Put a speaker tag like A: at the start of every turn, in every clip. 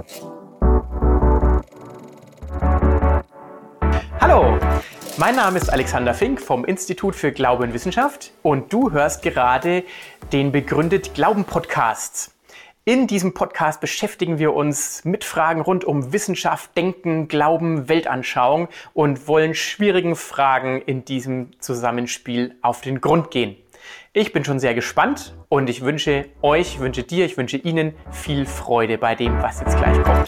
A: Hallo, mein Name ist Alexander Fink vom Institut für Glaube und Wissenschaft und du hörst gerade den Begründet Glauben Podcast. In diesem Podcast beschäftigen wir uns mit Fragen rund um Wissenschaft, Denken, Glauben, Weltanschauung und wollen schwierigen Fragen in diesem Zusammenspiel auf den Grund gehen. Ich bin schon sehr gespannt und ich wünsche Ihnen viel Freude bei dem, was jetzt gleich kommt.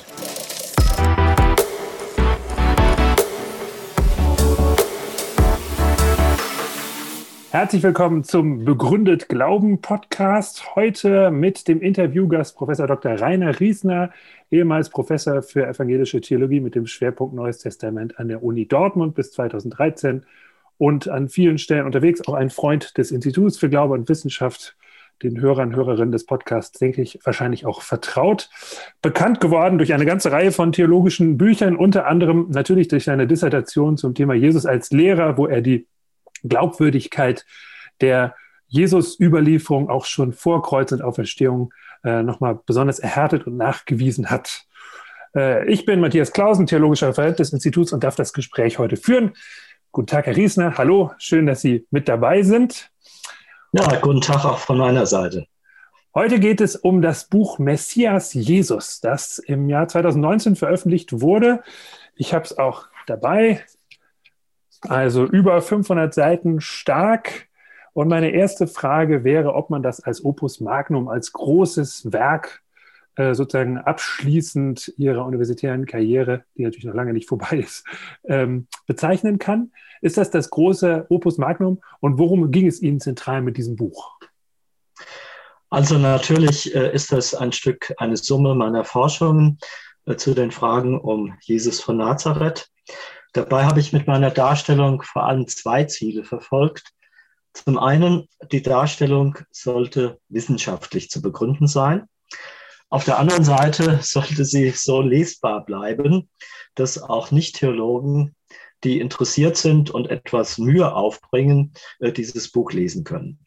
B: Herzlich willkommen zum Begründet Glauben Podcast. Heute mit dem Interviewgast Professor Dr. Rainer Riesner, ehemals Professor für evangelische Theologie mit dem Schwerpunkt Neues Testament an der Uni Dortmund bis 2013 und an vielen Stellen unterwegs, auch ein Freund des Instituts für Glaube und Wissenschaft, den Hörern, Hörerinnen des Podcasts, denke ich, wahrscheinlich auch vertraut. Bekannt geworden durch eine ganze Reihe von theologischen Büchern, unter anderem natürlich durch seine Dissertation zum Thema Jesus als Lehrer, wo er die Glaubwürdigkeit der Jesus-Überlieferung auch schon vor Kreuz und Auferstehung nochmal besonders erhärtet und nachgewiesen hat. Ich bin Matthias Clausen, theologischer Referent des Instituts und darf das Gespräch heute führen. Guten Tag, Herr Riesner. Hallo, schön, dass Sie mit dabei sind.
C: Ja, guten Tag auch von meiner Seite.
B: Heute geht es um das Buch Messias Jesus, das im Jahr 2019 veröffentlicht wurde. Ich habe es auch dabei. Also über 500 Seiten stark. Und meine erste Frage wäre, ob man das als Opus Magnum, als großes Werk sozusagen abschließend Ihrer universitären Karriere, die natürlich noch lange nicht vorbei ist, bezeichnen kann. Ist das große Opus Magnum und worum ging es Ihnen zentral mit diesem Buch?
C: Also natürlich ist das ein Stück, eine Summe meiner Forschungen zu den Fragen um Jesus von Nazareth. Dabei habe ich mit meiner Darstellung vor allem zwei Ziele verfolgt. Zum einen, die Darstellung sollte wissenschaftlich zu begründen sein. Auf der anderen Seite sollte sie so lesbar bleiben, dass auch Nicht-Theologen, die interessiert sind und etwas Mühe aufbringen, dieses Buch lesen können.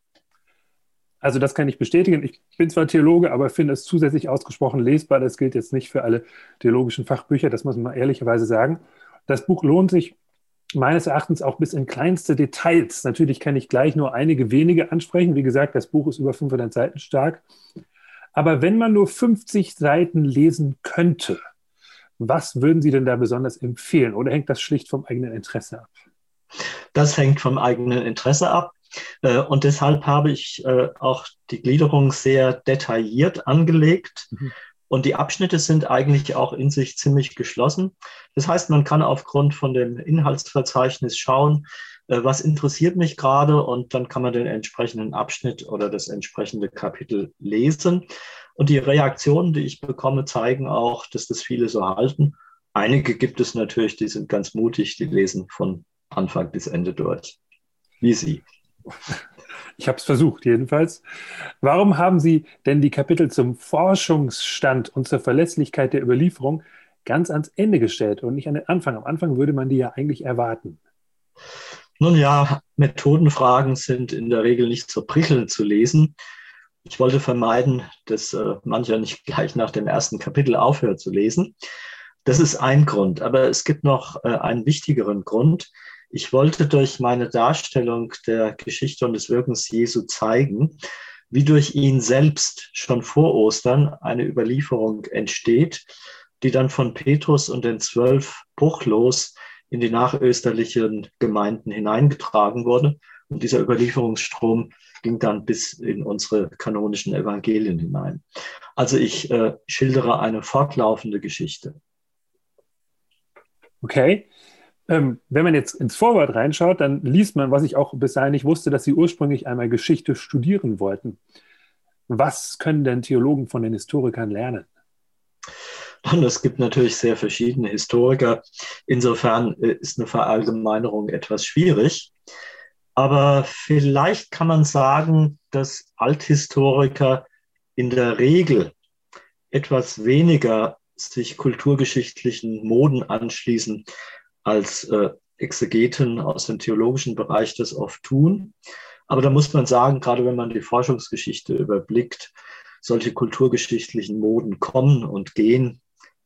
B: Also das kann ich bestätigen. Ich bin zwar Theologe, aber finde es zusätzlich ausgesprochen lesbar. Das gilt jetzt nicht für alle theologischen Fachbücher, das muss man mal ehrlicherweise sagen. Das Buch lohnt sich meines Erachtens auch bis in kleinste Details. Natürlich kann ich gleich nur einige wenige ansprechen. Wie gesagt, das Buch ist über 500 Seiten stark. Aber wenn man nur 50 Seiten lesen könnte, was würden Sie denn da besonders empfehlen? Oder hängt das schlicht vom eigenen Interesse ab?
C: Das hängt vom eigenen Interesse ab. Und deshalb habe ich auch die Gliederung sehr detailliert angelegt. Und die Abschnitte sind eigentlich auch in sich ziemlich geschlossen. Das heißt, man kann aufgrund von dem Inhaltsverzeichnis schauen, was interessiert mich gerade, und dann kann man den entsprechenden Abschnitt oder das entsprechende Kapitel lesen. Und die Reaktionen, die ich bekomme, zeigen auch, dass das viele so halten. Einige gibt es natürlich, die sind ganz mutig, die lesen von Anfang bis Ende durch, wie Sie.
B: Ich habe es versucht, jedenfalls. Warum haben Sie denn die Kapitel zum Forschungsstand und zur Verlässlichkeit der Überlieferung ganz ans Ende gestellt und nicht an den Anfang? Am Anfang würde man die ja eigentlich erwarten.
C: Nun ja, Methodenfragen sind in der Regel nicht so prickelnd zu lesen. Ich wollte vermeiden, dass mancher nicht gleich nach dem ersten Kapitel aufhört zu lesen. Das ist ein Grund, aber es gibt noch einen wichtigeren Grund. Ich wollte durch meine Darstellung der Geschichte und des Wirkens Jesu zeigen, wie durch ihn selbst schon vor Ostern eine Überlieferung entsteht, die dann von Petrus und den 12 bruchlos in die nachösterlichen Gemeinden hineingetragen wurde. Und dieser Überlieferungsstrom ging dann bis in unsere kanonischen Evangelien hinein. Also ich schildere eine fortlaufende Geschichte.
B: Okay. Wenn man jetzt ins Vorwort reinschaut, dann liest man, was ich auch bis dahin nicht wusste, dass Sie ursprünglich einmal Geschichte studieren wollten. Was können denn Theologen von den Historikern lernen?
C: Und es gibt natürlich sehr verschiedene Historiker. Insofern ist eine Verallgemeinerung etwas schwierig. Aber vielleicht kann man sagen, dass Althistoriker in der Regel etwas weniger sich kulturgeschichtlichen Moden anschließen, als Exegeten aus dem theologischen Bereich das oft tun. Aber da muss man sagen, gerade wenn man die Forschungsgeschichte überblickt, solche kulturgeschichtlichen Moden kommen und gehen.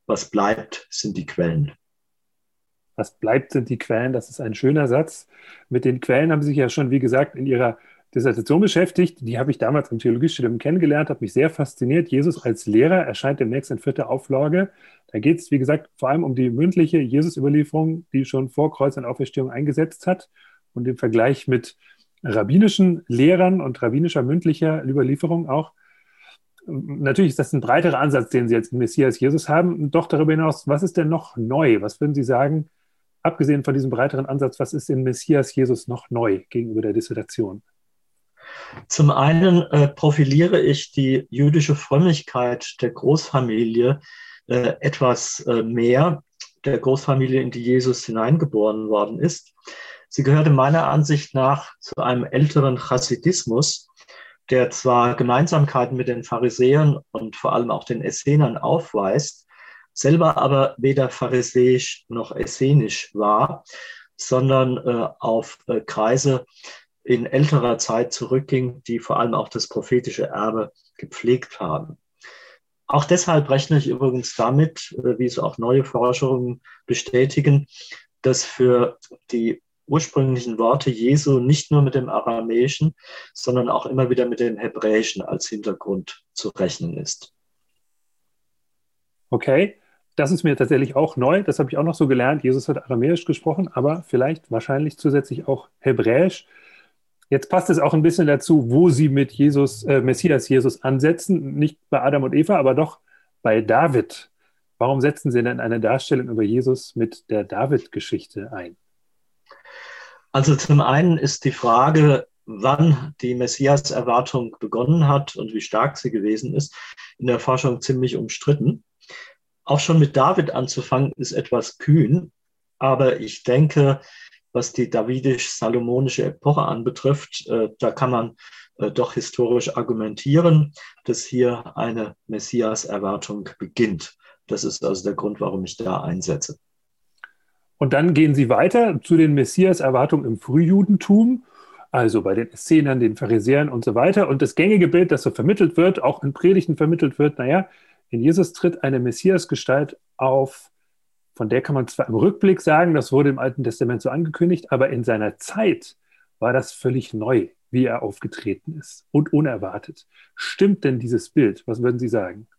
C: was bleibt, sind die Quellen.
B: Was bleibt, sind die Quellen. Das ist ein schöner Satz. Mit den Quellen haben Sie sich ja schon, wie gesagt, in Ihrer Dissertation beschäftigt. Die habe ich damals im Theologiestudium kennengelernt, hat mich sehr fasziniert. Jesus als Lehrer erscheint demnächst in 4. Auflage. Da geht es, wie gesagt, vor allem um die mündliche Jesus-Überlieferung, die schon vor Kreuz und Auferstehung eingesetzt hat, und den Vergleich mit rabbinischen Lehrern und rabbinischer mündlicher Überlieferung auch. Natürlich ist das ein breiterer Ansatz, den Sie jetzt im Messias Jesus haben. Doch darüber hinaus, was ist denn noch neu? Was würden Sie sagen, abgesehen von diesem breiteren Ansatz, was ist in Messias Jesus noch neu gegenüber der Dissertation?
C: Zum einen profiliere ich die jüdische Frömmigkeit der Großfamilie etwas mehr, der Großfamilie, in die Jesus hineingeboren worden ist. Sie gehörte meiner Ansicht nach zu einem älteren Chassidismus, der zwar Gemeinsamkeiten mit den Pharisäern und vor allem auch den Essenern aufweist, selber aber weder pharisäisch noch essenisch war, sondern auf Kreise in älterer Zeit zurückging, die vor allem auch das prophetische Erbe gepflegt haben. Auch deshalb rechne ich übrigens damit, wie es auch neue Forschungen bestätigen, dass für die ursprünglichen Worte Jesu nicht nur mit dem Aramäischen, sondern auch immer wieder mit dem Hebräischen als Hintergrund zu rechnen ist.
B: Okay, das ist mir tatsächlich auch neu. Das habe ich auch noch so gelernt. Jesus hat Aramäisch gesprochen, aber vielleicht wahrscheinlich zusätzlich auch Hebräisch. Jetzt passt es auch ein bisschen dazu, wo Sie mit Messias Jesus ansetzen. Nicht bei Adam und Eva, aber doch bei David. Warum setzen Sie denn eine Darstellung über Jesus mit der David-Geschichte ein?
C: Also zum einen ist die Frage, wann die Messias-Erwartung begonnen hat und wie stark sie gewesen ist, in der Forschung ziemlich umstritten. Auch schon mit David anzufangen, ist etwas kühn, aber ich denke, was die davidisch-salomonische Epoche anbetrifft, da kann man doch historisch argumentieren, dass hier eine Messias-Erwartung beginnt. Das ist also der Grund, warum ich da einsetze.
B: Und dann gehen Sie weiter zu den Messias-Erwartungen im Frühjudentum, also bei den Essenern, den Pharisäern und so weiter. Und das gängige Bild, das so vermittelt wird, auch in Predigten vermittelt wird, in Jesus tritt eine Messias-Gestalt auf, von der kann man zwar im Rückblick sagen, das wurde im Alten Testament so angekündigt, aber in seiner Zeit war das völlig neu, wie er aufgetreten ist und unerwartet. Stimmt denn dieses Bild? Was würden Sie sagen?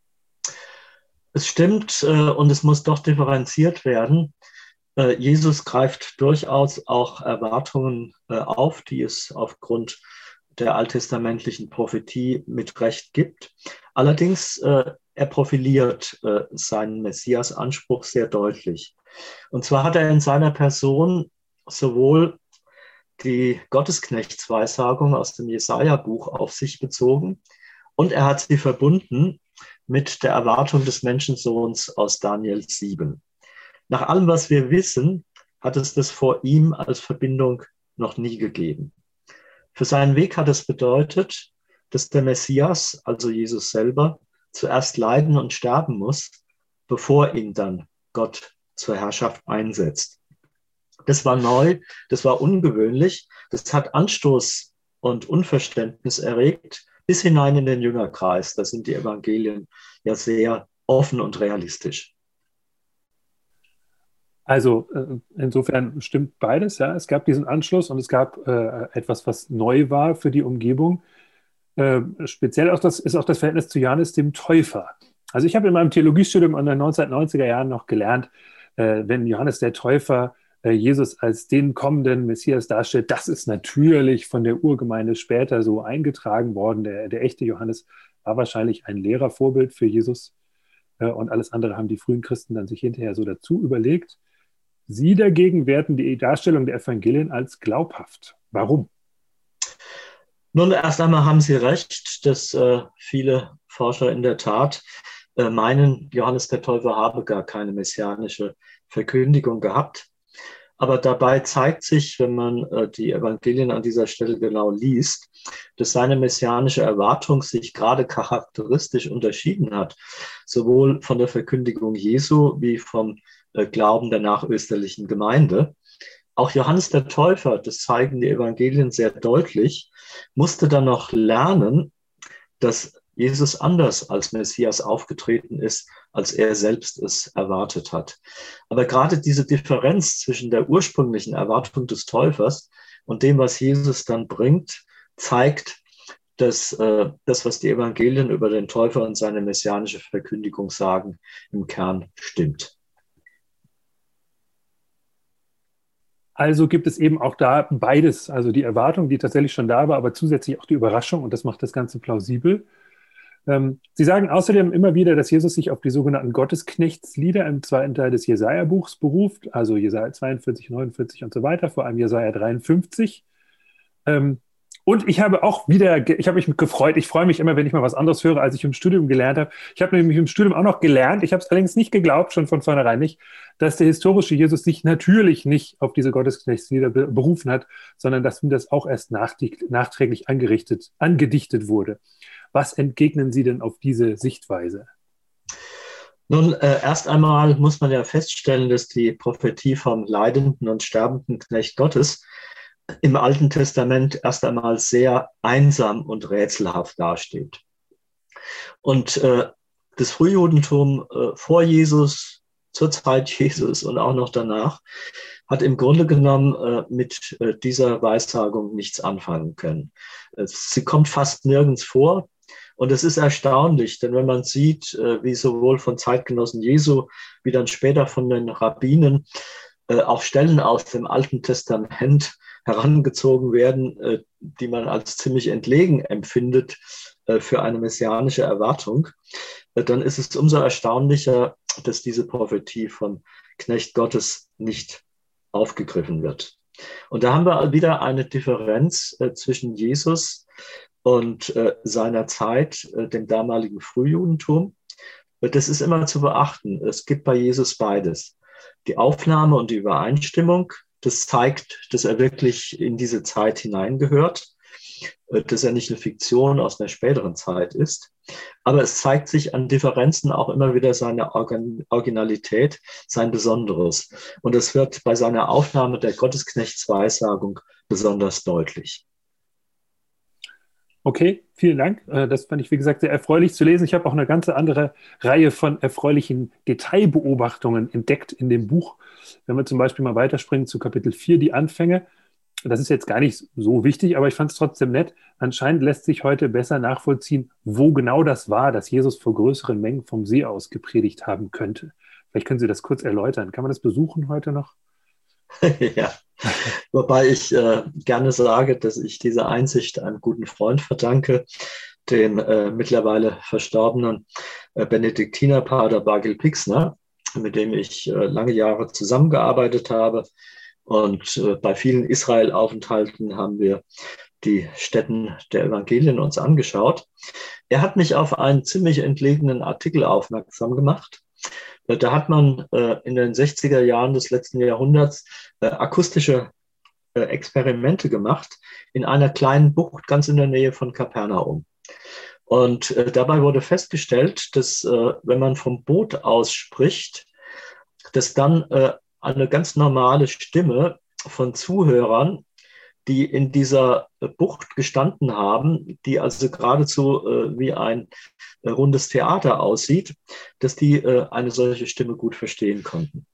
C: Es stimmt und es muss doch differenziert werden. Jesus greift durchaus auch Erwartungen auf, die es aufgrund der alttestamentlichen Prophetie mit Recht gibt. Allerdings, er profiliert seinen Messias-Anspruch sehr deutlich. Und zwar hat er in seiner Person sowohl die Gottesknechtsweissagung aus dem Jesaja-Buch auf sich bezogen und er hat sie verbunden mit der Erwartung des Menschensohns aus Daniel 7. Nach allem, was wir wissen, hat es das vor ihm als Verbindung noch nie gegeben. Für seinen Weg hat es bedeutet, dass der Messias, also Jesus selber, zuerst leiden und sterben muss, bevor ihn dann Gott zur Herrschaft einsetzt. Das war neu, das war ungewöhnlich, das hat Anstoß und Unverständnis erregt, bis hinein in den Jüngerkreis. Da sind die Evangelien ja sehr offen und realistisch.
B: Also insofern stimmt beides, ja. Es gab diesen Anschluss und es gab etwas, was neu war für die Umgebung. Speziell ist auch das Verhältnis zu Johannes dem Täufer. Also ich habe in meinem Theologiestudium in den 1990er Jahren noch gelernt, wenn Johannes der Täufer Jesus als den kommenden Messias darstellt, das ist natürlich von der Urgemeinde später so eingetragen worden. Der echte Johannes war wahrscheinlich ein Lehrervorbild für Jesus und alles andere haben die frühen Christen dann sich hinterher so dazu überlegt. Sie dagegen werten die Darstellung der Evangelien als glaubhaft. Warum?
C: Nun, erst einmal haben Sie recht, dass viele Forscher in der Tat meinen, Johannes der Täufer habe gar keine messianische Verkündigung gehabt. Aber dabei zeigt sich, wenn man die Evangelien an dieser Stelle genau liest, dass seine messianische Erwartung sich gerade charakteristisch unterschieden hat, sowohl von der Verkündigung Jesu wie vom Glauben der nachösterlichen Gemeinde. Auch Johannes der Täufer, das zeigen die Evangelien sehr deutlich, musste dann noch lernen, dass Jesus anders als Messias aufgetreten ist, als er selbst es erwartet hat. Aber gerade diese Differenz zwischen der ursprünglichen Erwartung des Täufers und dem, was Jesus dann bringt, zeigt, dass das, was die Evangelien über den Täufer und seine messianische Verkündigung sagen, im Kern stimmt.
B: Also gibt es eben auch da beides, also die Erwartung, die tatsächlich schon da war, aber zusätzlich auch die Überraschung, und das macht das Ganze plausibel. Sie sagen außerdem immer wieder, dass Jesus sich auf die sogenannten Gottesknechtslieder im zweiten Teil des Jesaja-Buchs beruft, also Jesaja 42, 49 und so weiter, vor allem Jesaja 53. Und ich habe mich gefreut, ich freue mich immer, wenn ich mal was anderes höre, als ich im Studium gelernt habe. Ich habe nämlich im Studium auch noch gelernt, ich habe es allerdings nicht geglaubt, schon von vornherein nicht, dass der historische Jesus sich natürlich nicht auf diese Gottesknechtslieder berufen hat, sondern dass ihm das auch erst nachträglich angedichtet wurde. Was entgegnen Sie denn auf diese Sichtweise?
C: Nun, erst einmal muss man ja feststellen, dass die Prophetie vom leidenden und sterbenden Knecht Gottes im Alten Testament erst einmal sehr einsam und rätselhaft dasteht. Und das Frühjudentum vor Jesus, zur Zeit Jesus und auch noch danach, hat im Grunde genommen mit dieser Weissagung nichts anfangen können. Sie kommt fast nirgends vor. Und es ist erstaunlich, denn wenn man sieht, wie sowohl von Zeitgenossen Jesu wie dann später von den Rabbinen auch Stellen aus dem Alten Testament herangezogen werden, die man als ziemlich entlegen empfindet für eine messianische Erwartung, dann ist es umso erstaunlicher, dass diese Prophetie vom Knecht Gottes nicht aufgegriffen wird. Und da haben wir wieder eine Differenz zwischen Jesus und seiner Zeit, dem damaligen Frühjudentum. Das ist immer zu beachten. Es gibt bei Jesus beides. Die Aufnahme und die Übereinstimmung, das zeigt, dass er wirklich in diese Zeit hineingehört, dass er nicht eine Fiktion aus einer späteren Zeit ist. Aber es zeigt sich an Differenzen auch immer wieder seine Originalität, sein Besonderes. Und es wird bei seiner Aufnahme der Gottesknechtsweissagung besonders deutlich.
B: Okay, vielen Dank. Das fand ich, wie gesagt, sehr erfreulich zu lesen. Ich habe auch eine ganz andere Reihe von erfreulichen Detailbeobachtungen entdeckt in dem Buch. Wenn wir zum Beispiel mal weiterspringen zu Kapitel 4, die Anfänge. Das ist jetzt gar nicht so wichtig, aber ich fand es trotzdem nett. Anscheinend lässt sich heute besser nachvollziehen, wo genau das war, dass Jesus vor größeren Mengen vom See aus gepredigt haben könnte. Vielleicht können Sie das kurz erläutern. Kann man das besuchen heute noch?
C: Ja, wobei ich gerne sage, dass ich diese Einsicht einem guten Freund verdanke, dem mittlerweile verstorbenen Benediktinerpater Bargil Pixner, mit dem ich lange Jahre zusammengearbeitet habe. Und bei vielen Israel-Aufenthalten haben wir die Stätten der Evangelien uns angeschaut. Er hat mich auf einen ziemlich entlegenen Artikel aufmerksam gemacht. Da hat man in den 60er Jahren des letzten Jahrhunderts akustische Experimente gemacht in einer kleinen Bucht ganz in der Nähe von Kapernaum. Und dabei wurde festgestellt, dass wenn man vom Boot aus spricht, dass dann eine ganz normale Stimme von Zuhörern, die in dieser Bucht gestanden haben, die also geradezu wie ein rundes Theater aussieht, dass die eine solche Stimme gut verstehen konnten.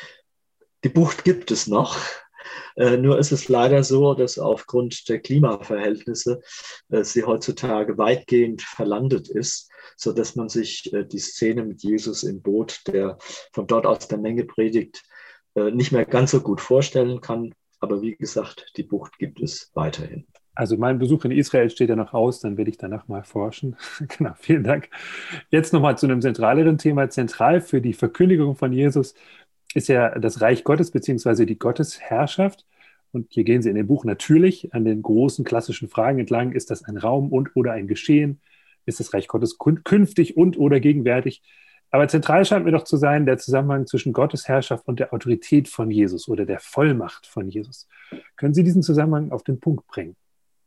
C: Die Bucht gibt es noch, nur ist es leider so, dass aufgrund der Klimaverhältnisse sie heutzutage weitgehend verlandet ist, sodass man sich die Szene mit Jesus im Boot, der von dort aus der Menge predigt, nicht mehr ganz so gut vorstellen kann. Aber wie gesagt, die Bucht gibt es weiterhin.
B: Also mein Besuch in Israel steht ja noch aus, dann werde ich danach mal forschen. Genau, vielen Dank. Jetzt nochmal zu einem zentraleren Thema. Zentral für die Verkündigung von Jesus ist ja das Reich Gottes beziehungsweise die Gottesherrschaft. Und hier gehen Sie in dem Buch natürlich an den großen klassischen Fragen entlang. Ist das ein Raum und oder ein Geschehen? Ist das Reich Gottes künftig und oder gegenwärtig? Aber zentral scheint mir doch zu sein der Zusammenhang zwischen Gottes Herrschaft und der Autorität von Jesus oder der Vollmacht von Jesus. Können Sie diesen Zusammenhang auf den Punkt bringen?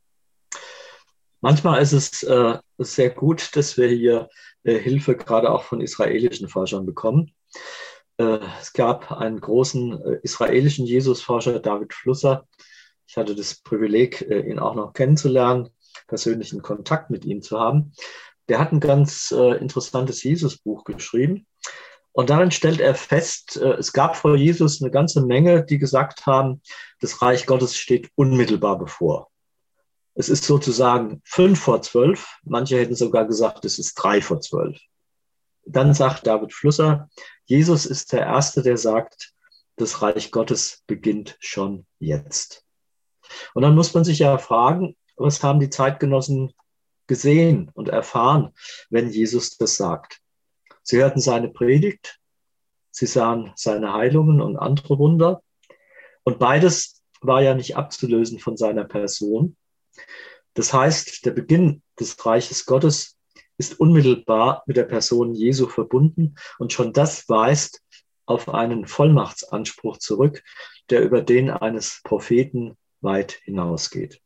C: Manchmal ist es sehr gut, dass wir hier Hilfe gerade auch von israelischen Forschern bekommen. Es gab einen großen israelischen Jesusforscher, David Flusser. Ich hatte das Privileg, ihn auch noch kennenzulernen, persönlichen Kontakt mit ihm zu haben. der hat ein ganz interessantes Jesus-Buch geschrieben. Und darin stellt er fest, es gab vor Jesus eine ganze Menge, die gesagt haben, das Reich Gottes steht unmittelbar bevor. Es ist sozusagen 11:55. Manche hätten sogar gesagt, es ist 11:55. Dann sagt David Flusser, Jesus ist der Erste, der sagt, das Reich Gottes beginnt schon jetzt. Und dann muss man sich ja fragen, was haben die Zeitgenossen gesehen und erfahren, wenn Jesus das sagt? Sie hörten seine Predigt, sie sahen seine Heilungen und andere Wunder. Und beides war ja nicht abzulösen von seiner Person. Das heißt, der Beginn des Reiches Gottes ist unmittelbar mit der Person Jesu verbunden. Und schon das weist auf einen Vollmachtsanspruch zurück, der über den eines Propheten weit hinausgeht.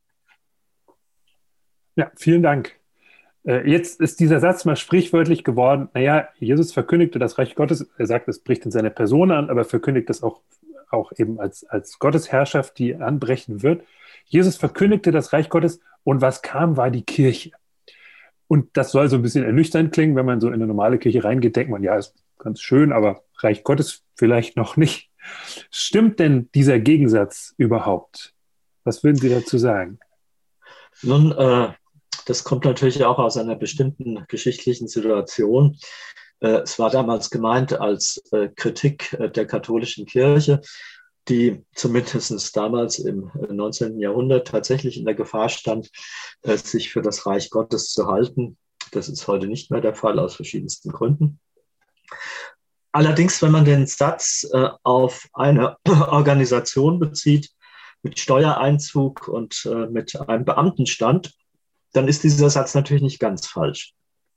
B: Ja, vielen Dank. Jetzt ist dieser Satz mal sprichwörtlich geworden. Naja, Jesus verkündigte das Reich Gottes. Er sagt, es bricht in seiner Person an, aber verkündigt das auch eben als Gottesherrschaft, die anbrechen wird. Jesus verkündigte das Reich Gottes und was kam, war die Kirche. Und das soll so ein bisschen ernüchternd klingen, wenn man so in eine normale Kirche reingeht, denkt man, ja, ist ganz schön, aber Reich Gottes vielleicht noch nicht. Stimmt denn dieser Gegensatz überhaupt? Was würden Sie dazu sagen?
C: Nun, das kommt natürlich auch aus einer bestimmten geschichtlichen Situation. Es war damals gemeint als Kritik der katholischen Kirche, die zumindest damals im 19. Jahrhundert tatsächlich in der Gefahr stand, sich für das Reich Gottes zu halten. Das ist heute nicht mehr der Fall, aus verschiedensten Gründen. Allerdings, wenn man den Satz auf eine Organisation bezieht, mit Steuereinzug und mit einem Beamtenstand, dann ist dieser Satz natürlich nicht ganz falsch.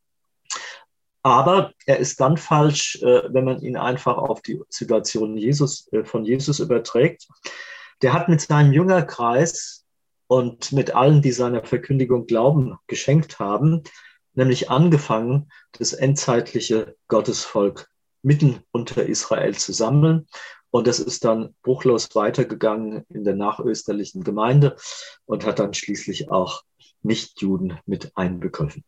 C: Aber er ist dann falsch, wenn man ihn einfach auf die Situation von Jesus überträgt. Der hat mit seinem Jüngerkreis und mit allen, die seiner Verkündigung Glauben geschenkt haben, nämlich angefangen, das endzeitliche Gottesvolk mitten unter Israel zu sammeln. Und das ist dann bruchlos weitergegangen in der nachösterlichen Gemeinde und hat dann schließlich auch Nichtjuden mit einbegriffen.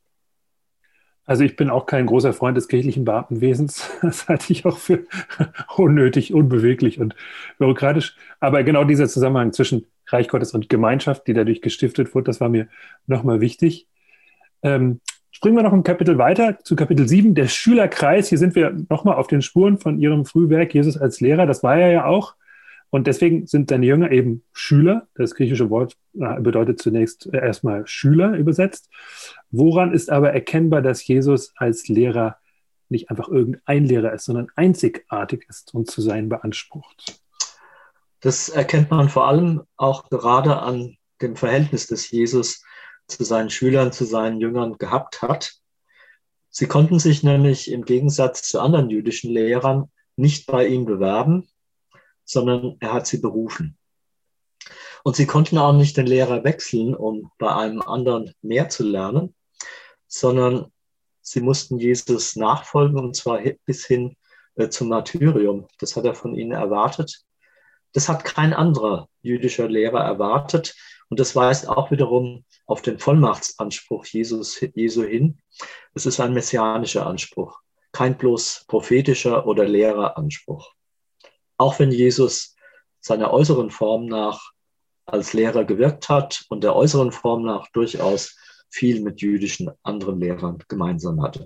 B: Also ich bin auch kein großer Freund des kirchlichen Beamtenwesens. Das halte ich auch für unnötig, unbeweglich und bürokratisch. Aber genau dieser Zusammenhang zwischen Reich Gottes und Gemeinschaft, die dadurch gestiftet wurde, das war mir nochmal wichtig. Springen wir noch ein Kapitel weiter zu Kapitel 7, der Schülerkreis. Hier sind wir nochmal auf den Spuren von Ihrem Frühwerk, Jesus als Lehrer. Das war er ja auch. Und deswegen sind seine Jünger eben Schüler. Das griechische Wort bedeutet zunächst erstmal Schüler übersetzt. Woran ist aber erkennbar, dass Jesus als Lehrer nicht einfach irgendein Lehrer ist, sondern einzigartig ist und zu sein beansprucht?
C: Das erkennt man vor allem auch gerade an dem Verhältnis, das Jesus zu seinen Schülern, zu seinen Jüngern gehabt hat. Sie konnten sich nämlich im Gegensatz zu anderen jüdischen Lehrern nicht bei ihm bewerben, sondern er hat sie berufen. Und sie konnten auch nicht den Lehrer wechseln, um bei einem anderen mehr zu lernen, sondern sie mussten Jesus nachfolgen, und zwar bis hin zum Martyrium. Das hat er von ihnen erwartet. Das hat kein anderer jüdischer Lehrer erwartet. Und das weist auch wiederum auf den Vollmachtsanspruch Jesu hin. Es ist ein messianischer Anspruch, kein bloß prophetischer oder Lehreranspruch. Auch wenn Jesus seiner äußeren Form nach als Lehrer gewirkt hat und der äußeren Form nach durchaus viel mit jüdischen anderen Lehrern gemeinsam hatte.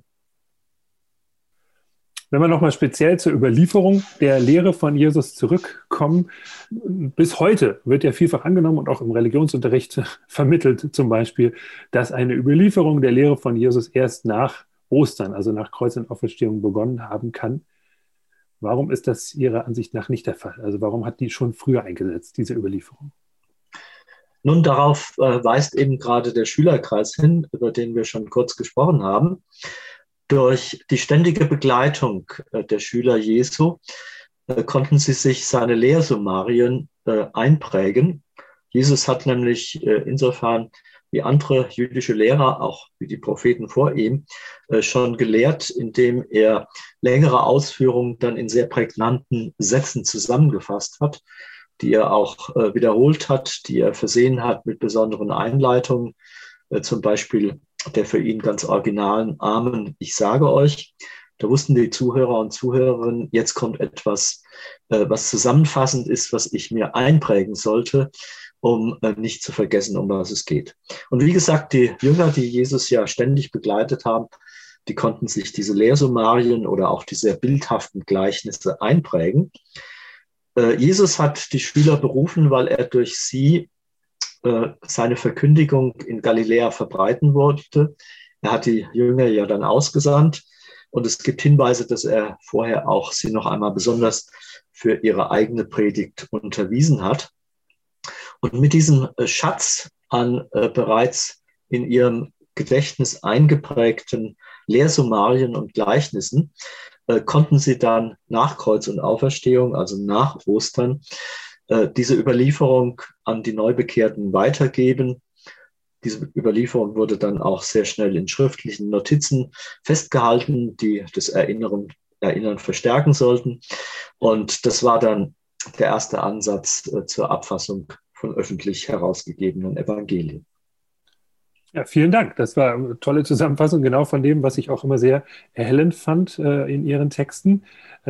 B: Wenn wir nochmal speziell zur Überlieferung der Lehre von Jesus zurückkommen, bis heute wird ja vielfach angenommen und auch im Religionsunterricht vermittelt zum Beispiel, dass eine Überlieferung der Lehre von Jesus erst nach Ostern, also nach Kreuz und Auferstehung, begonnen haben kann. Warum ist das Ihrer Ansicht nach nicht der Fall? Also warum hat die schon früher eingesetzt, diese Überlieferung?
C: Nun, darauf weist eben gerade der Schülerkreis hin, über den wir schon kurz gesprochen haben. Durch die ständige Begleitung der Schüler Jesu konnten sie sich seine Lehrsummarien einprägen. Jesus hat nämlich insofern wie andere jüdische Lehrer, auch wie die Propheten vor ihm, schon gelehrt, indem er längere Ausführungen dann in sehr prägnanten Sätzen zusammengefasst hat, die er auch wiederholt hat, die er versehen hat mit besonderen Einleitungen. Zum Beispiel der für ihn ganz originalen Amen, ich sage euch. Da wussten die Zuhörer und Zuhörerinnen, jetzt kommt etwas, was zusammenfassend ist, was ich mir einprägen sollte, um nicht zu vergessen, um was es geht. Und wie gesagt, die Jünger, die Jesus ja ständig begleitet haben, die konnten sich diese Lehrsummarien oder auch die sehr bildhaften Gleichnisse einprägen. Jesus hat die Schüler berufen, weil er durch sie seine Verkündigung in Galiläa verbreiten wollte. Er hat die Jünger ja dann ausgesandt. Und es gibt Hinweise, dass er vorher auch sie noch einmal besonders für ihre eigene Predigt unterwiesen hat. Und mit diesem Schatz an bereits in ihrem Gedächtnis eingeprägten Lehrsummarien und Gleichnissen konnten sie dann nach Kreuz und Auferstehung, also nach Ostern, diese Überlieferung an die Neubekehrten weitergeben. Diese Überlieferung wurde dann auch sehr schnell in schriftlichen Notizen festgehalten, die das Erinnern verstärken sollten. Und das war dann der erste Ansatz zur Abfassung von öffentlich herausgegebenen Evangelien.
B: Ja, vielen Dank. Das war eine tolle Zusammenfassung, genau von dem, was ich auch immer sehr erhellend fand in Ihren Texten.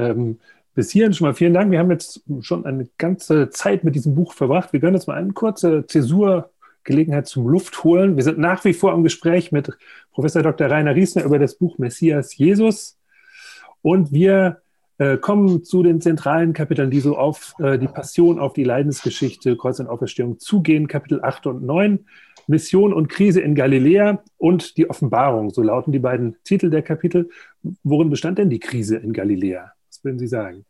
B: Bis hierhin schon mal vielen Dank. Wir haben jetzt schon eine ganze Zeit mit diesem Buch verbracht. Wir gönnen uns mal eine kurze Zäsurgelegenheit zum Luftholen. Wir sind nach wie vor im Gespräch mit Professor Dr. Rainer Riesner über das Buch Messias Jesus. Und wir kommen zu den zentralen Kapiteln, die so auf die Passion, auf die Leidensgeschichte, Kreuz und Auferstehung zugehen. Kapitel 8 und 9, Mission und Krise in Galiläa und die Offenbarung. So lauten die beiden Titel der Kapitel. Worin bestand denn die Krise in Galiläa? Was würden Sie sagen?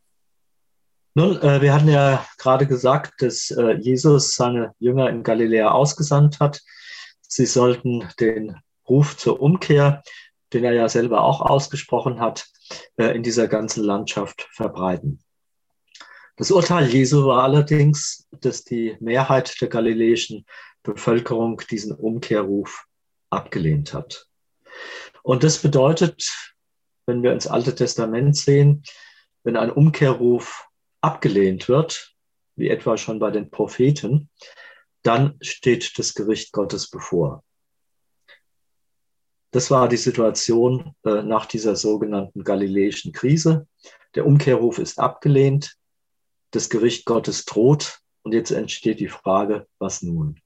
C: Nun, wir hatten ja gerade gesagt, dass Jesus seine Jünger in Galiläa ausgesandt hat. Sie sollten den Ruf zur Umkehr, den er ja selber auch ausgesprochen hat, in dieser ganzen Landschaft verbreiten. Das Urteil Jesu war allerdings, dass die Mehrheit der galiläischen Bevölkerung diesen Umkehrruf abgelehnt hat. Und das bedeutet, wenn wir ins Alte Testament sehen, wenn ein Umkehrruf abgelehnt wird, wie etwa schon bei den Propheten, dann steht das Gericht Gottes bevor. Das war die Situation nach dieser sogenannten galiläischen Krise. Der Umkehrruf ist abgelehnt, das Gericht Gottes droht und jetzt entsteht die Frage, was nun?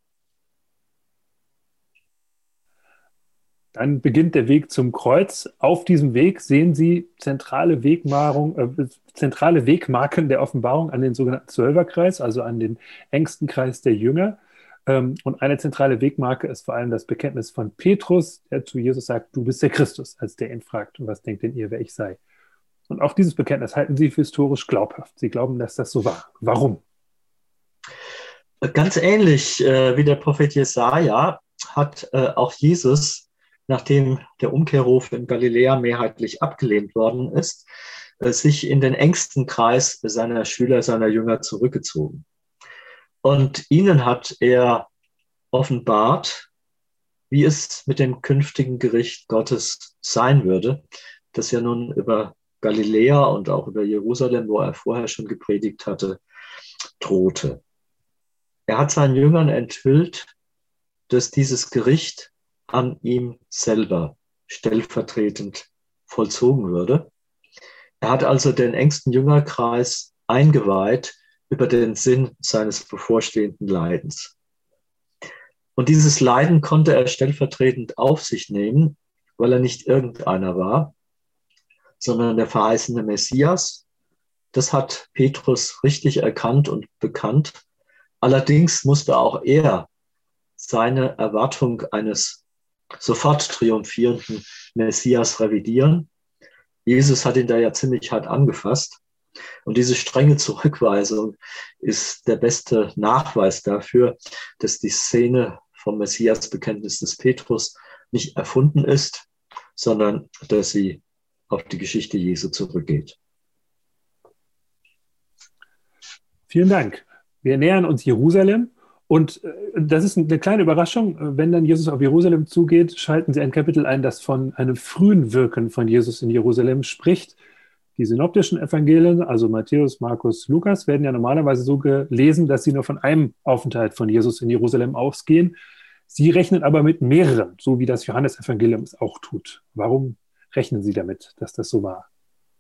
B: Dann beginnt der Weg zum Kreuz. Auf diesem Weg sehen Sie zentrale Wegmarken der Offenbarung an den sogenannten Zwölferkreis, also an den engsten Kreis der Jünger. Und eine zentrale Wegmarke ist vor allem das Bekenntnis von Petrus, der zu Jesus sagt, du bist der Christus, als der ihn fragt, was denkt denn ihr, wer ich sei? Und auch dieses Bekenntnis halten Sie für historisch glaubhaft. Sie glauben, dass das so war. Warum?
C: Ganz ähnlich wie der Prophet Jesaja hat auch Jesus, nachdem der Umkehrruf in Galiläa mehrheitlich abgelehnt worden ist, sich in den engsten Kreis seiner Schüler, seiner Jünger zurückgezogen. Und ihnen hat er offenbart, wie es mit dem künftigen Gericht Gottes sein würde, das ja nun über Galiläa und auch über Jerusalem, wo er vorher schon gepredigt hatte, drohte. Er hat seinen Jüngern enthüllt, dass dieses Gericht an ihm selber stellvertretend vollzogen würde. Er hat also den engsten Jüngerkreis eingeweiht über den Sinn seines bevorstehenden Leidens. Und dieses Leiden konnte er stellvertretend auf sich nehmen, weil er nicht irgendeiner war, sondern der verheißene Messias. Das hat Petrus richtig erkannt und bekannt. Allerdings musste auch er seine Erwartung eines sofort triumphierenden Messias revidieren. Jesus hat ihn da ja ziemlich hart angefasst. Und diese strenge Zurückweisung ist der beste Nachweis dafür, dass die Szene vom Messiasbekenntnis des Petrus nicht erfunden ist, sondern dass sie auf die Geschichte Jesu zurückgeht.
B: Vielen Dank. Wir nähern uns Jerusalem. Und das ist eine kleine Überraschung. Wenn dann Jesus auf Jerusalem zugeht, schalten Sie ein Kapitel ein, das von einem frühen Wirken von Jesus in Jerusalem spricht. Die synoptischen Evangelien, also Matthäus, Markus, Lukas, werden ja normalerweise so gelesen, dass sie nur von einem Aufenthalt von Jesus in Jerusalem ausgehen. Sie rechnen aber mit mehreren, so wie das Johannesevangelium es auch tut. Warum rechnen Sie damit, dass das so war?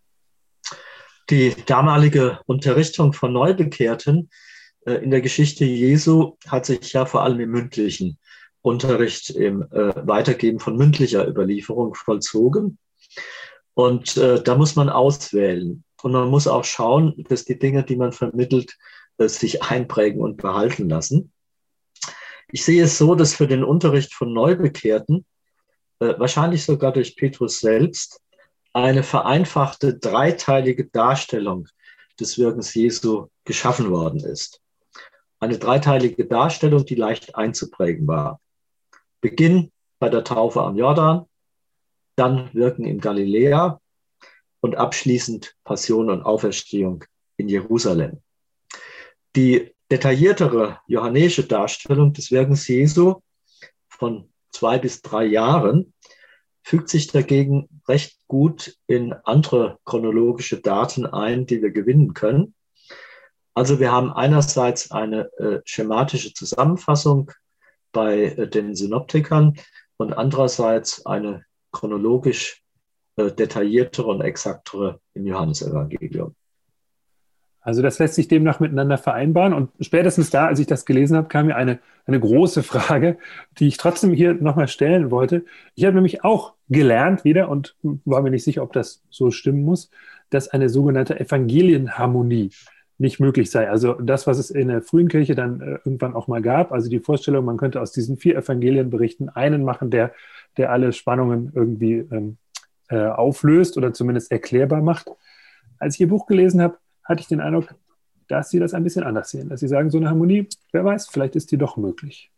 C: Die damalige Unterrichtung von Neubekehrten in der Geschichte Jesu hat sich ja vor allem im mündlichen Unterricht, im Weitergeben von mündlicher Überlieferung vollzogen. Und da muss man auswählen. Und man muss auch schauen, dass die Dinge, die man vermittelt, sich einprägen und behalten lassen. Ich sehe es so, dass für den Unterricht von Neubekehrten, wahrscheinlich sogar durch Petrus selbst, eine vereinfachte dreiteilige Darstellung des Wirkens Jesu geschaffen worden ist. Eine dreiteilige Darstellung, die leicht einzuprägen war. Beginn bei der Taufe am Jordan, dann Wirken in Galiläa und abschließend Passion und Auferstehung in Jerusalem. Die detailliertere johannäische Darstellung des Wirkens Jesu von 2 bis 3 Jahren fügt sich dagegen recht gut in andere chronologische Daten ein, die wir gewinnen können. Also wir haben einerseits eine schematische Zusammenfassung bei den Synoptikern und andererseits eine chronologisch detailliertere und exaktere im Johannesevangelium.
B: Also das lässt sich demnach miteinander vereinbaren. Und spätestens da, als ich das gelesen habe, kam mir eine große Frage, die ich trotzdem hier nochmal stellen wollte. Ich habe nämlich auch gelernt wieder und war mir nicht sicher, ob das so stimmen muss, dass eine sogenannte Evangelienharmonie nicht möglich sei. Also das, was es in der frühen Kirche dann irgendwann auch mal gab, also die Vorstellung, man könnte aus diesen 4 Evangelienberichten einen machen, der alle Spannungen irgendwie auflöst oder zumindest erklärbar macht. Als ich Ihr Buch gelesen habe, hatte ich den Eindruck, dass Sie das ein bisschen anders sehen. Dass Sie sagen, so eine Harmonie, wer weiß, vielleicht ist die doch möglich.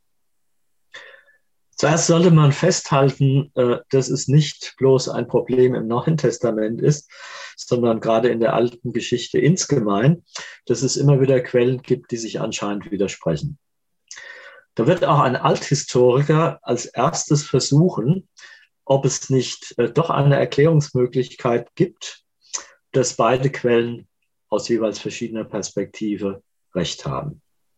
C: Zuerst sollte man festhalten, dass es nicht bloß ein Problem im Neuen Testament ist, sondern gerade in der alten Geschichte insgemein, dass es immer wieder Quellen gibt, die sich anscheinend widersprechen. Da wird auch ein Althistoriker als erstes versuchen, ob es nicht doch eine Erklärungsmöglichkeit gibt, dass beide Quellen aus jeweils verschiedener Perspektive recht haben.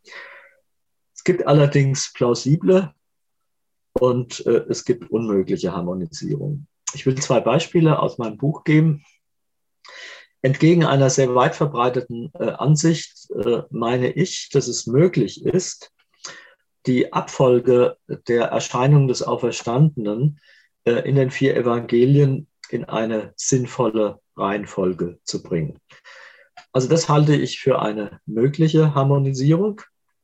C: Es gibt allerdings plausible und es gibt unmögliche Harmonisierung. Ich will 2 Beispiele aus meinem Buch geben. Entgegen einer sehr weit verbreiteten Ansicht meine ich, dass es möglich ist, die Abfolge der Erscheinung des Auferstandenen in den 4 Evangelien in eine sinnvolle Reihenfolge zu bringen. Also das halte ich für eine mögliche Harmonisierung.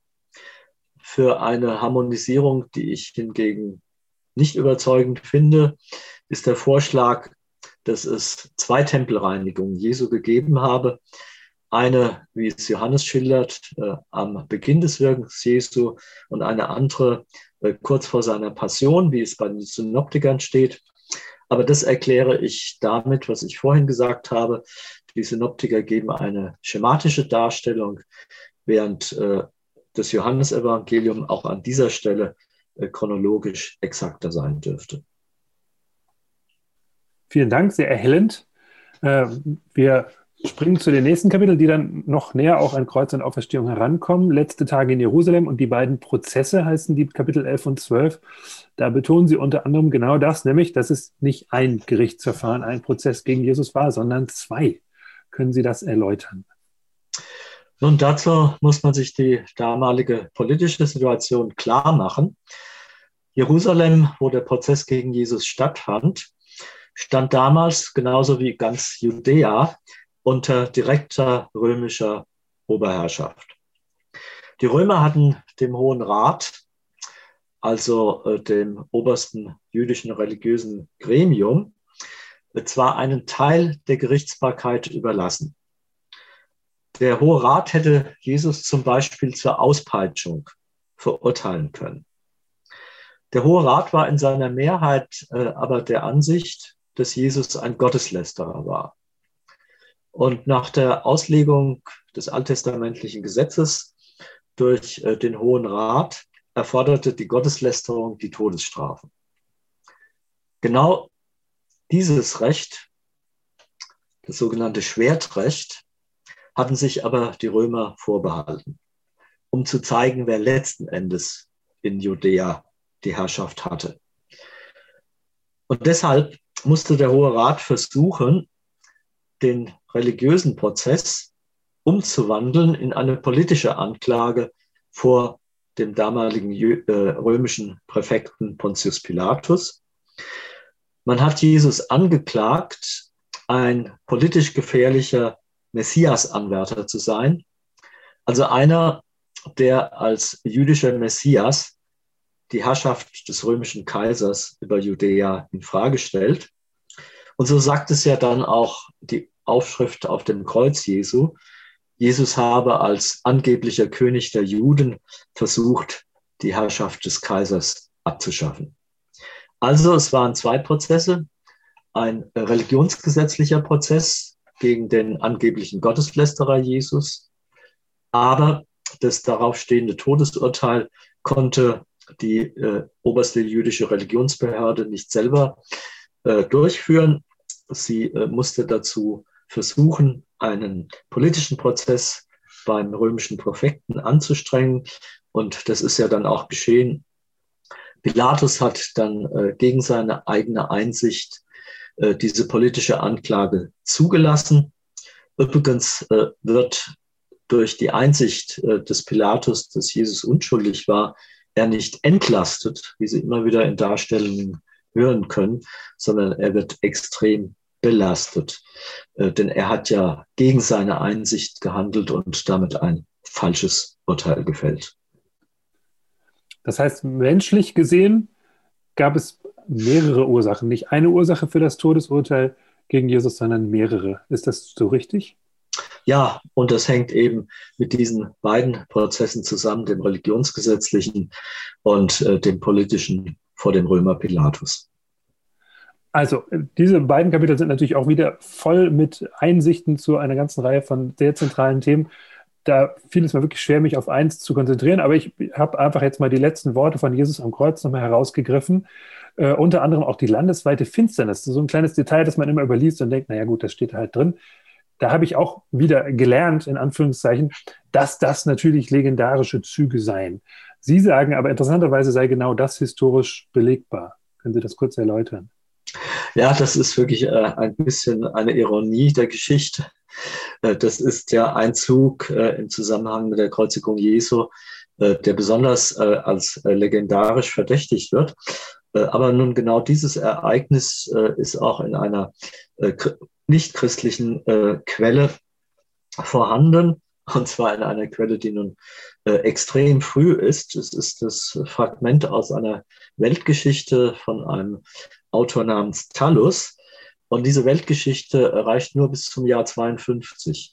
C: Für eine Harmonisierung, die ich hingegen nicht überzeugend finde, ist der Vorschlag, dass es 2 Tempelreinigungen Jesu gegeben habe. Eine, wie es Johannes schildert, am Beginn des Wirkens Jesu und eine andere kurz vor seiner Passion, wie es bei den Synoptikern steht. Aber das erkläre ich damit, was ich vorhin gesagt habe. Die Synoptiker geben eine schematische Darstellung, während das Johannesevangelium auch an dieser Stelle chronologisch exakter sein dürfte.
B: Vielen Dank, sehr erhellend. Wir springen zu den nächsten Kapiteln, die dann noch näher auch an Kreuz und Auferstehung herankommen. Letzte Tage in Jerusalem und die beiden Prozesse heißen die Kapitel 11 und 12. Da betonen Sie unter anderem genau das, nämlich, dass es nicht ein Gerichtsverfahren, ein Prozess gegen Jesus war, sondern 2. Können Sie das erläutern?
C: Nun, dazu muss man sich die damalige politische Situation klar machen. Jerusalem, wo der Prozess gegen Jesus stattfand, stand damals, genauso wie ganz Judäa, unter direkter römischer Oberherrschaft. Die Römer hatten dem Hohen Rat, also dem obersten jüdischen religiösen Gremium, zwar einen Teil der Gerichtsbarkeit überlassen. Der Hohe Rat hätte Jesus zum Beispiel zur Auspeitschung verurteilen können. Der Hohe Rat war in seiner Mehrheit aber der Ansicht, dass Jesus ein Gotteslästerer war. Und nach der Auslegung des alttestamentlichen Gesetzes durch den Hohen Rat erforderte die Gotteslästerung die Todesstrafe. Genau dieses Recht, das sogenannte Schwertrecht, hatten sich aber die Römer vorbehalten, um zu zeigen, wer letzten Endes in Judäa die Herrschaft hatte. Und deshalb musste der Hohe Rat versuchen, den religiösen Prozess umzuwandeln in eine politische Anklage vor dem damaligen römischen Präfekten Pontius Pilatus. Man hat Jesus angeklagt, ein politisch gefährlicher Messias-Anwärter zu sein, also einer, der als jüdischer Messias die Herrschaft des römischen Kaisers über Judäa in Frage stellt. Und so sagt es ja dann auch die Aufschrift auf dem Kreuz Jesu: Jesus habe als angeblicher König der Juden versucht, die Herrschaft des Kaisers abzuschaffen. Also es waren zwei Prozesse: ein religionsgesetzlicher Prozess gegen den angeblichen Gotteslästerer Jesus, aber das darauf stehende Todesurteil konnte die oberste jüdische Religionsbehörde nicht selber durchführen. Sie musste dazu versuchen, einen politischen Prozess beim römischen Präfekten anzustrengen. Und das ist ja dann auch geschehen. Pilatus hat dann gegen seine eigene Einsicht diese politische Anklage zugelassen. Übrigens wird durch die Einsicht des Pilatus, dass Jesus unschuldig war, er nicht entlastet, wie Sie immer wieder in Darstellungen hören können, sondern er wird extrem belastet. Denn er hat ja gegen seine Einsicht gehandelt und damit ein falsches Urteil gefällt.
B: Das heißt, menschlich gesehen gab es mehrere Ursachen. Nicht eine Ursache für das Todesurteil gegen Jesus, sondern mehrere. Ist das so richtig?
C: Ja, und das hängt eben mit diesen beiden Prozessen zusammen, dem religionsgesetzlichen und dem politischen vor dem Römer Pilatus.
B: Also, diese beiden Kapitel sind natürlich auch wieder voll mit Einsichten zu einer ganzen Reihe von sehr zentralen Themen. Da fiel es mir wirklich schwer, mich auf eins zu konzentrieren, aber ich habe einfach jetzt mal die letzten Worte von Jesus am Kreuz nochmal herausgegriffen. Unter anderem auch die landesweite Finsternis. Das ist so ein kleines Detail, das man immer überliest und denkt, naja gut, das steht halt drin. Da habe ich auch wieder gelernt, in Anführungszeichen, dass das natürlich legendarische Züge seien. Sie sagen aber, interessanterweise sei genau das historisch belegbar. Können Sie das kurz erläutern?
C: Ja, das ist wirklich ein bisschen eine Ironie der Geschichte. Das ist ja ein Zug im Zusammenhang mit der Kreuzigung Jesu, der besonders als legendarisch verdächtigt wird. Aber nun genau dieses Ereignis ist auch in einer nicht-christlichen Quelle vorhanden, und zwar in einer Quelle, die nun extrem früh ist. Es ist das Fragment aus einer Weltgeschichte von einem Autor namens Thallus. Und diese Weltgeschichte reicht nur bis zum Jahr 52.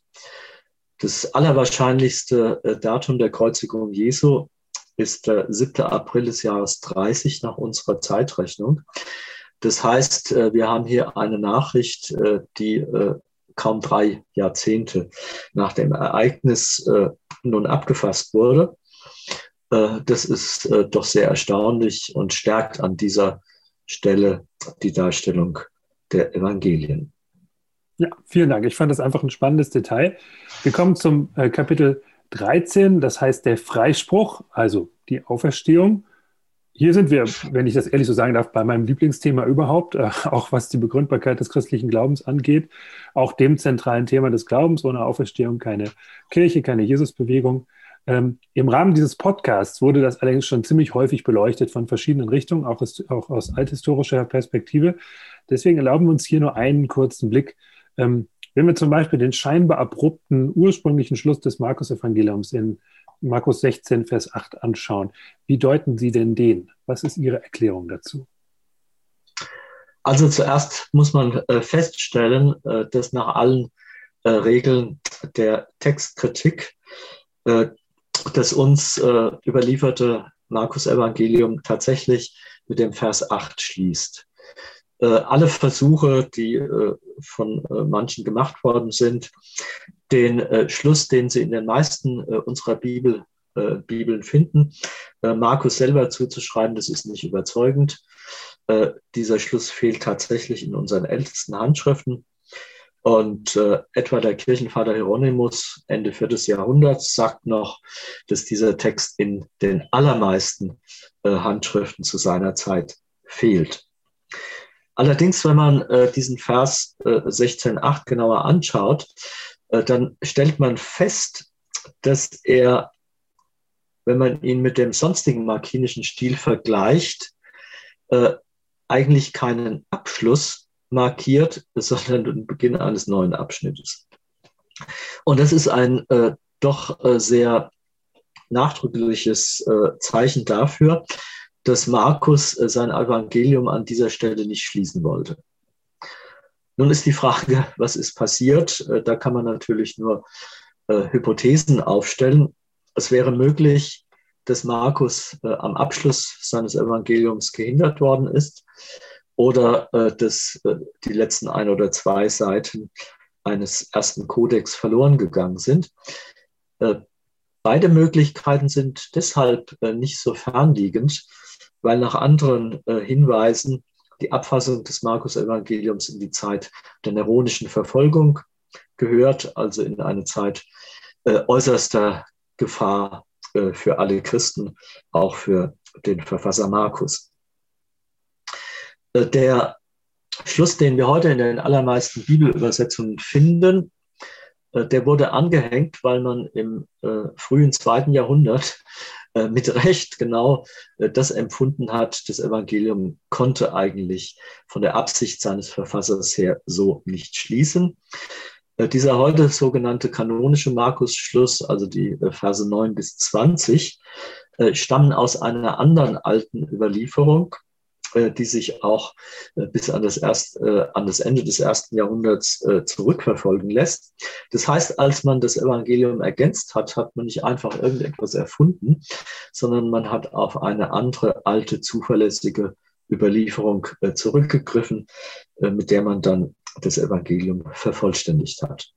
C: Das allerwahrscheinlichste Datum der Kreuzigung Jesu ist der 7. April des Jahres 30 nach unserer Zeitrechnung. Das heißt, wir haben hier eine Nachricht, die kaum 3 Jahrzehnte nach dem Ereignis nun abgefasst wurde. Das ist doch sehr erstaunlich und stärkt an dieser Stelle die Darstellung der Evangelien.
B: Ja, vielen Dank. Ich fand das einfach ein spannendes Detail. Wir kommen zum Kapitel 13, das heißt der Freispruch, also die Auferstehung. Hier sind wir, wenn ich das ehrlich so sagen darf, bei meinem Lieblingsthema überhaupt, auch was die Begründbarkeit des christlichen Glaubens angeht, auch dem zentralen Thema des Glaubens. Ohne Auferstehung keine Kirche, keine Jesusbewegung. Im Rahmen dieses Podcasts wurde das allerdings schon ziemlich häufig beleuchtet von verschiedenen Richtungen, auch aus althistorischer Perspektive. Deswegen erlauben wir uns hier nur einen kurzen Blick. Wenn wir zum Beispiel den scheinbar abrupten ursprünglichen Schluss des Markus-Evangeliums in Markus 16, Vers 8 anschauen, wie deuten Sie denn den? Was ist Ihre Erklärung dazu?
C: Also zuerst muss man feststellen, dass nach allen Regeln der Textkritik das uns überlieferte Markus-Evangelium tatsächlich mit dem Vers 8 schließt. Alle Versuche, die von manchen gemacht worden sind, den Schluss, den Sie in den meisten unserer Bibeln finden, Markus selber zuzuschreiben, das ist nicht überzeugend. Dieser Schluss fehlt tatsächlich in unseren ältesten Handschriften. Und etwa der Kirchenvater Hieronymus Ende 4. Jahrhunderts sagt noch, dass dieser Text in den allermeisten Handschriften zu seiner Zeit fehlt. Allerdings, wenn man diesen Vers 16,8 genauer anschaut, dann stellt man fest, dass er, wenn man ihn mit dem sonstigen markinischen Stil vergleicht, eigentlich keinen Abschluss markiert, sondern den Beginn eines neuen Abschnittes. Und das ist ein doch sehr nachdrückliches Zeichen dafür, dass Markus sein Evangelium an dieser Stelle nicht schließen wollte. Nun ist die Frage, was ist passiert? Da kann man natürlich nur Hypothesen aufstellen. Es wäre möglich, dass Markus am Abschluss seines Evangeliums gehindert worden ist oder dass die letzten 1 oder 2 Seiten eines ersten Kodex verloren gegangen sind. Beide Möglichkeiten sind deshalb nicht so fernliegend, weil nach anderen Hinweisen die Abfassung des Markus-Evangeliums in die Zeit der neronischen Verfolgung gehört, also in eine Zeit äußerster Gefahr für alle Christen, auch für den Verfasser Markus. Der Schluss, den wir heute in den allermeisten Bibelübersetzungen finden, der wurde angehängt, weil man im frühen 2. Jahrhundert mit Recht genau das empfunden hat, das Evangelium konnte eigentlich von der Absicht seines Verfassers her so nicht schließen. Dieser heute sogenannte kanonische Markus-Schluss, also die Verse 9 bis 20, stammen aus einer anderen alten Überlieferung, die sich auch bis an das Ende des 1. Jahrhunderts zurückverfolgen lässt. Das heißt, als man das Evangelium ergänzt hat, hat man nicht einfach irgendetwas erfunden, sondern man hat auf eine andere, alte, zuverlässige Überlieferung zurückgegriffen, mit der man dann das Evangelium vervollständigt hat.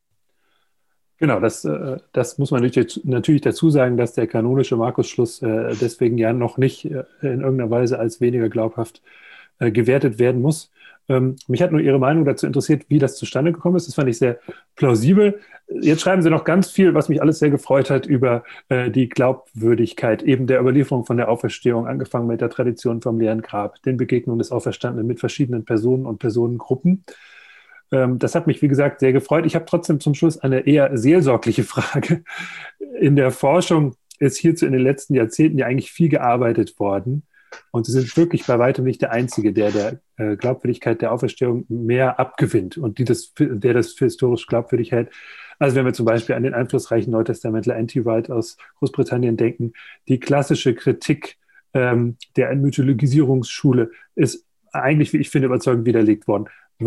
B: Genau, das muss man natürlich dazu sagen, dass der kanonische Markus-Schluss deswegen ja noch nicht in irgendeiner Weise als weniger glaubhaft gewertet werden muss. Mich hat nur Ihre Meinung dazu interessiert, wie das zustande gekommen ist. Das fand ich sehr plausibel. Jetzt schreiben Sie noch ganz viel, was mich alles sehr gefreut hat, über die Glaubwürdigkeit eben der Überlieferung von der Auferstehung, angefangen mit der Tradition vom leeren Grab, den Begegnungen des Auferstandenen mit verschiedenen Personen und Personengruppen. Das hat mich, wie gesagt, sehr gefreut. Ich habe trotzdem zum Schluss eine eher seelsorgliche Frage. In der Forschung ist hierzu in den letzten Jahrzehnten ja eigentlich viel gearbeitet worden. Und Sie sind wirklich bei weitem nicht der Einzige, der Glaubwürdigkeit der Auferstehung mehr abgewinnt und der das für historisch glaubwürdig hält. Also wenn wir zum Beispiel an den einflussreichen Neutestamentler N.T. Wright aus Großbritannien denken, die klassische Kritik der Entmythologisierungsschule ist eigentlich, wie ich finde, überzeugend widerlegt worden.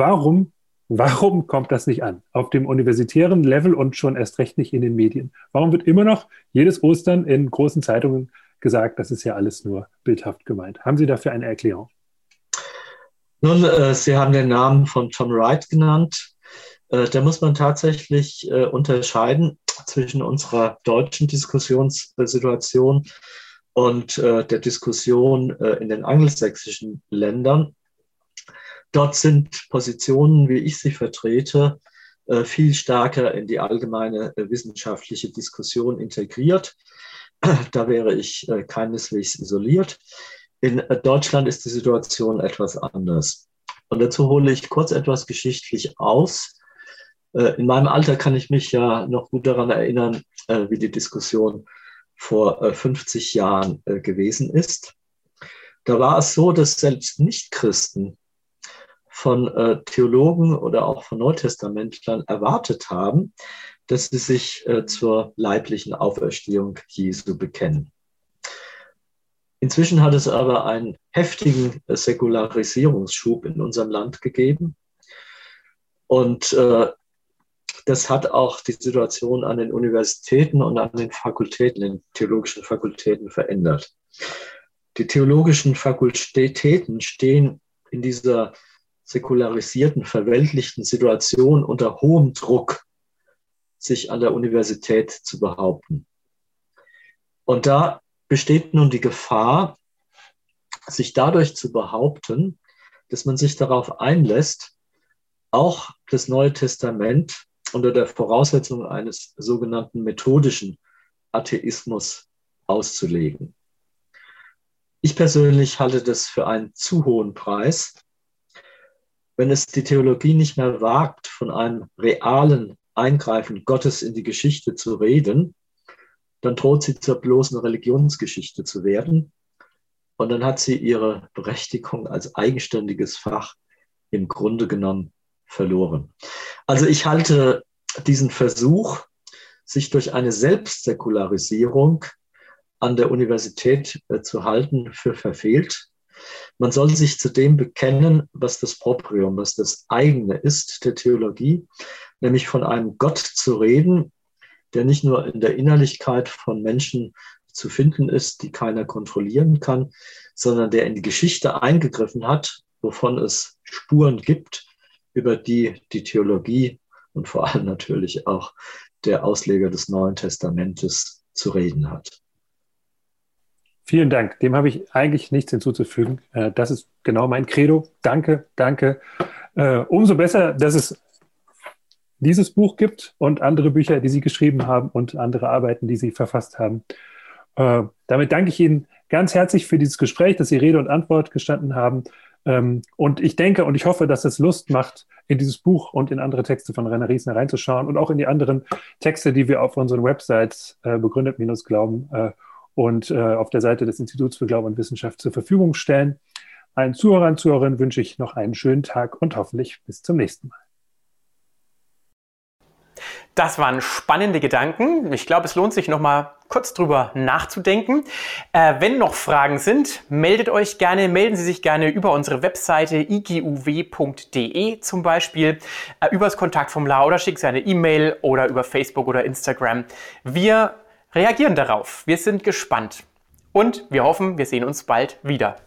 B: Warum kommt das nicht an? Auf dem universitären Level und schon erst recht nicht in den Medien. Warum wird immer noch jedes Ostern in großen Zeitungen gesagt, das ist ja alles nur bildhaft gemeint? Haben Sie dafür eine Erklärung?
C: Nun, Sie haben den Namen von Tom Wright genannt. Da muss man tatsächlich unterscheiden zwischen unserer deutschen Diskussionssituation und der Diskussion in den angelsächsischen Ländern. Dort sind Positionen, wie ich sie vertrete, viel stärker in die allgemeine wissenschaftliche Diskussion integriert. Da wäre ich keineswegs isoliert. In Deutschland ist die Situation etwas anders. Und dazu hole ich kurz etwas geschichtlich aus. In meinem Alter kann ich mich ja noch gut daran erinnern, wie die Diskussion vor 50 Jahren gewesen ist. Da war es so, dass selbst Nichtchristen von Theologen oder auch von Neutestamentlern erwartet haben, dass sie sich zur leiblichen Auferstehung Jesu bekennen. Inzwischen hat es aber einen heftigen Säkularisierungsschub in unserem Land gegeben. Und das hat auch die Situation an den Universitäten und an den Fakultäten, den theologischen Fakultäten verändert. Die theologischen Fakultäten stehen in dieser säkularisierten, verweltlichten Situation unter hohem Druck, sich an der Universität zu behaupten. Und da besteht nun die Gefahr, sich dadurch zu behaupten, dass man sich darauf einlässt, auch das Neue Testament unter der Voraussetzung eines sogenannten methodischen Atheismus auszulegen. Ich persönlich halte das für einen zu hohen Preis. Wenn es die Theologie nicht mehr wagt, von einem realen Eingreifen Gottes in die Geschichte zu reden, dann droht sie zur bloßen Religionsgeschichte zu werden. Und dann hat sie ihre Berechtigung als eigenständiges Fach im Grunde genommen verloren. Also ich halte diesen Versuch, sich durch eine Selbstsäkularisierung an der Universität zu halten, für verfehlt. Man soll sich zu dem bekennen, was das Proprium, was das eigene ist der Theologie, nämlich von einem Gott zu reden, der nicht nur in der Innerlichkeit von Menschen zu finden ist, die keiner kontrollieren kann, sondern der in die Geschichte eingegriffen hat, wovon es Spuren gibt, über die die Theologie und vor allem natürlich auch der Ausleger des Neuen Testamentes zu reden hat.
B: Vielen Dank. Dem habe ich eigentlich nichts hinzuzufügen. Das ist genau mein Credo. Danke, danke. Umso besser, dass es dieses Buch gibt und andere Bücher, die Sie geschrieben haben und andere Arbeiten, die Sie verfasst haben. Damit danke ich Ihnen ganz herzlich für dieses Gespräch, dass Sie Rede und Antwort gestanden haben. Und ich denke und ich hoffe, dass es Lust macht, in dieses Buch und in andere Texte von Rainer Riesner reinzuschauen und auch in die anderen Texte, die wir auf unseren Websites begründet-glauben und auf der Seite des Instituts für Glaube und Wissenschaft zur Verfügung stellen. Allen Zuhörern und Zuhörerinnen wünsche ich noch einen schönen Tag und hoffentlich bis zum nächsten Mal.
A: Das waren spannende Gedanken. Ich glaube, es lohnt sich, noch mal kurz drüber nachzudenken. Wenn noch Fragen sind, melden Sie sich gerne über unsere Webseite iguw.de zum Beispiel, über das Kontaktformular oder schicken Sie eine E-Mail oder über Facebook oder Instagram. Wir reagieren darauf. Wir sind gespannt und wir hoffen, wir sehen uns bald wieder.